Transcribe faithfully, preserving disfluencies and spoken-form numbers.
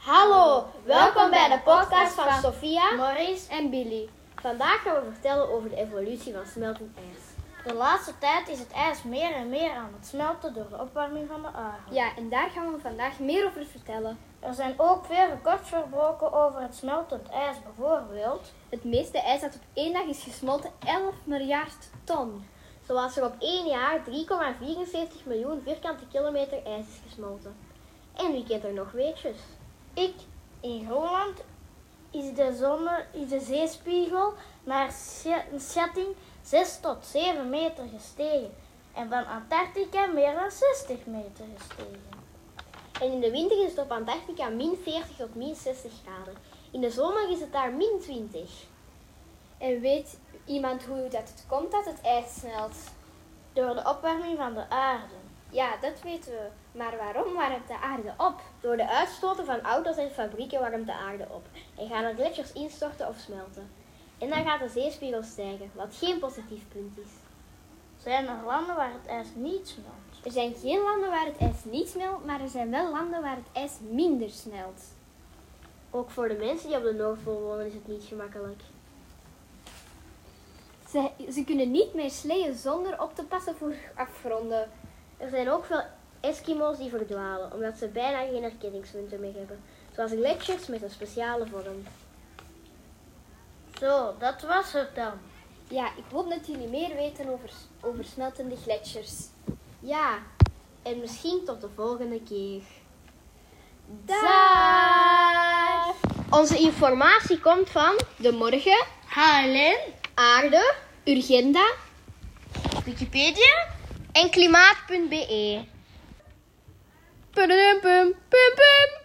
Hallo, welkom bij de podcast van Sophia, Maurice en Billy. Vandaag gaan we vertellen over de evolutie van smeltend ijs. De laatste tijd is het ijs meer en meer aan het smelten door de opwarming van de aarde. Ja, en daar gaan we vandaag meer over vertellen. Er zijn ook veel records verbroken over het smeltend ijs. Bijvoorbeeld, het meeste ijs dat op één dag is gesmolten, elf miljard ton. Zoals er op één jaar drie komma vierenzeventig miljoen vierkante kilometer ijs is gesmolten. En wie kent er nog weetjes? ik in Groenland is de, zonne, is de zeespiegel naar een schatting zes tot zeven meter gestegen. En van Antarctica meer dan zestig meter gestegen. En in de winter is het op Antarctica min veertig tot min zestig graden. In de zomer is het daar min twintig. En weet iemand hoe dat het komt dat het ijs smelt? Door de opwarming van de aarde. Ja, dat weten we. Maar waarom warmt de aarde op? Door de uitstoten van auto's en fabrieken warmt de aarde op. En gaan er gletsjers instorten of smelten. En dan gaat de zeespiegel stijgen, wat geen positief punt is. Zijn er landen waar het ijs niet smelt? Er zijn geen landen waar het ijs niet smelt, maar er zijn wel landen waar het ijs minder smelt. Ook voor de mensen die op de Noordpool wonen is het niet gemakkelijk. Ze, ze kunnen niet meer sleeën zonder op te passen voor afgronden. Er zijn ook veel Eskimo's die verdwalen, omdat ze bijna geen herkenningspunten meer hebben. Zoals gletsjers met een speciale vorm. Zo, dat was het dan. Ja, ik hoop dat jullie meer weten over, over smeltende gletsjers. Ja, en misschien tot de volgende keer. Dag! Onze informatie komt van De Morgen, H L N, Aarde, Urgenda Wikipedia en klimaat punt be. Pum pum pum pum.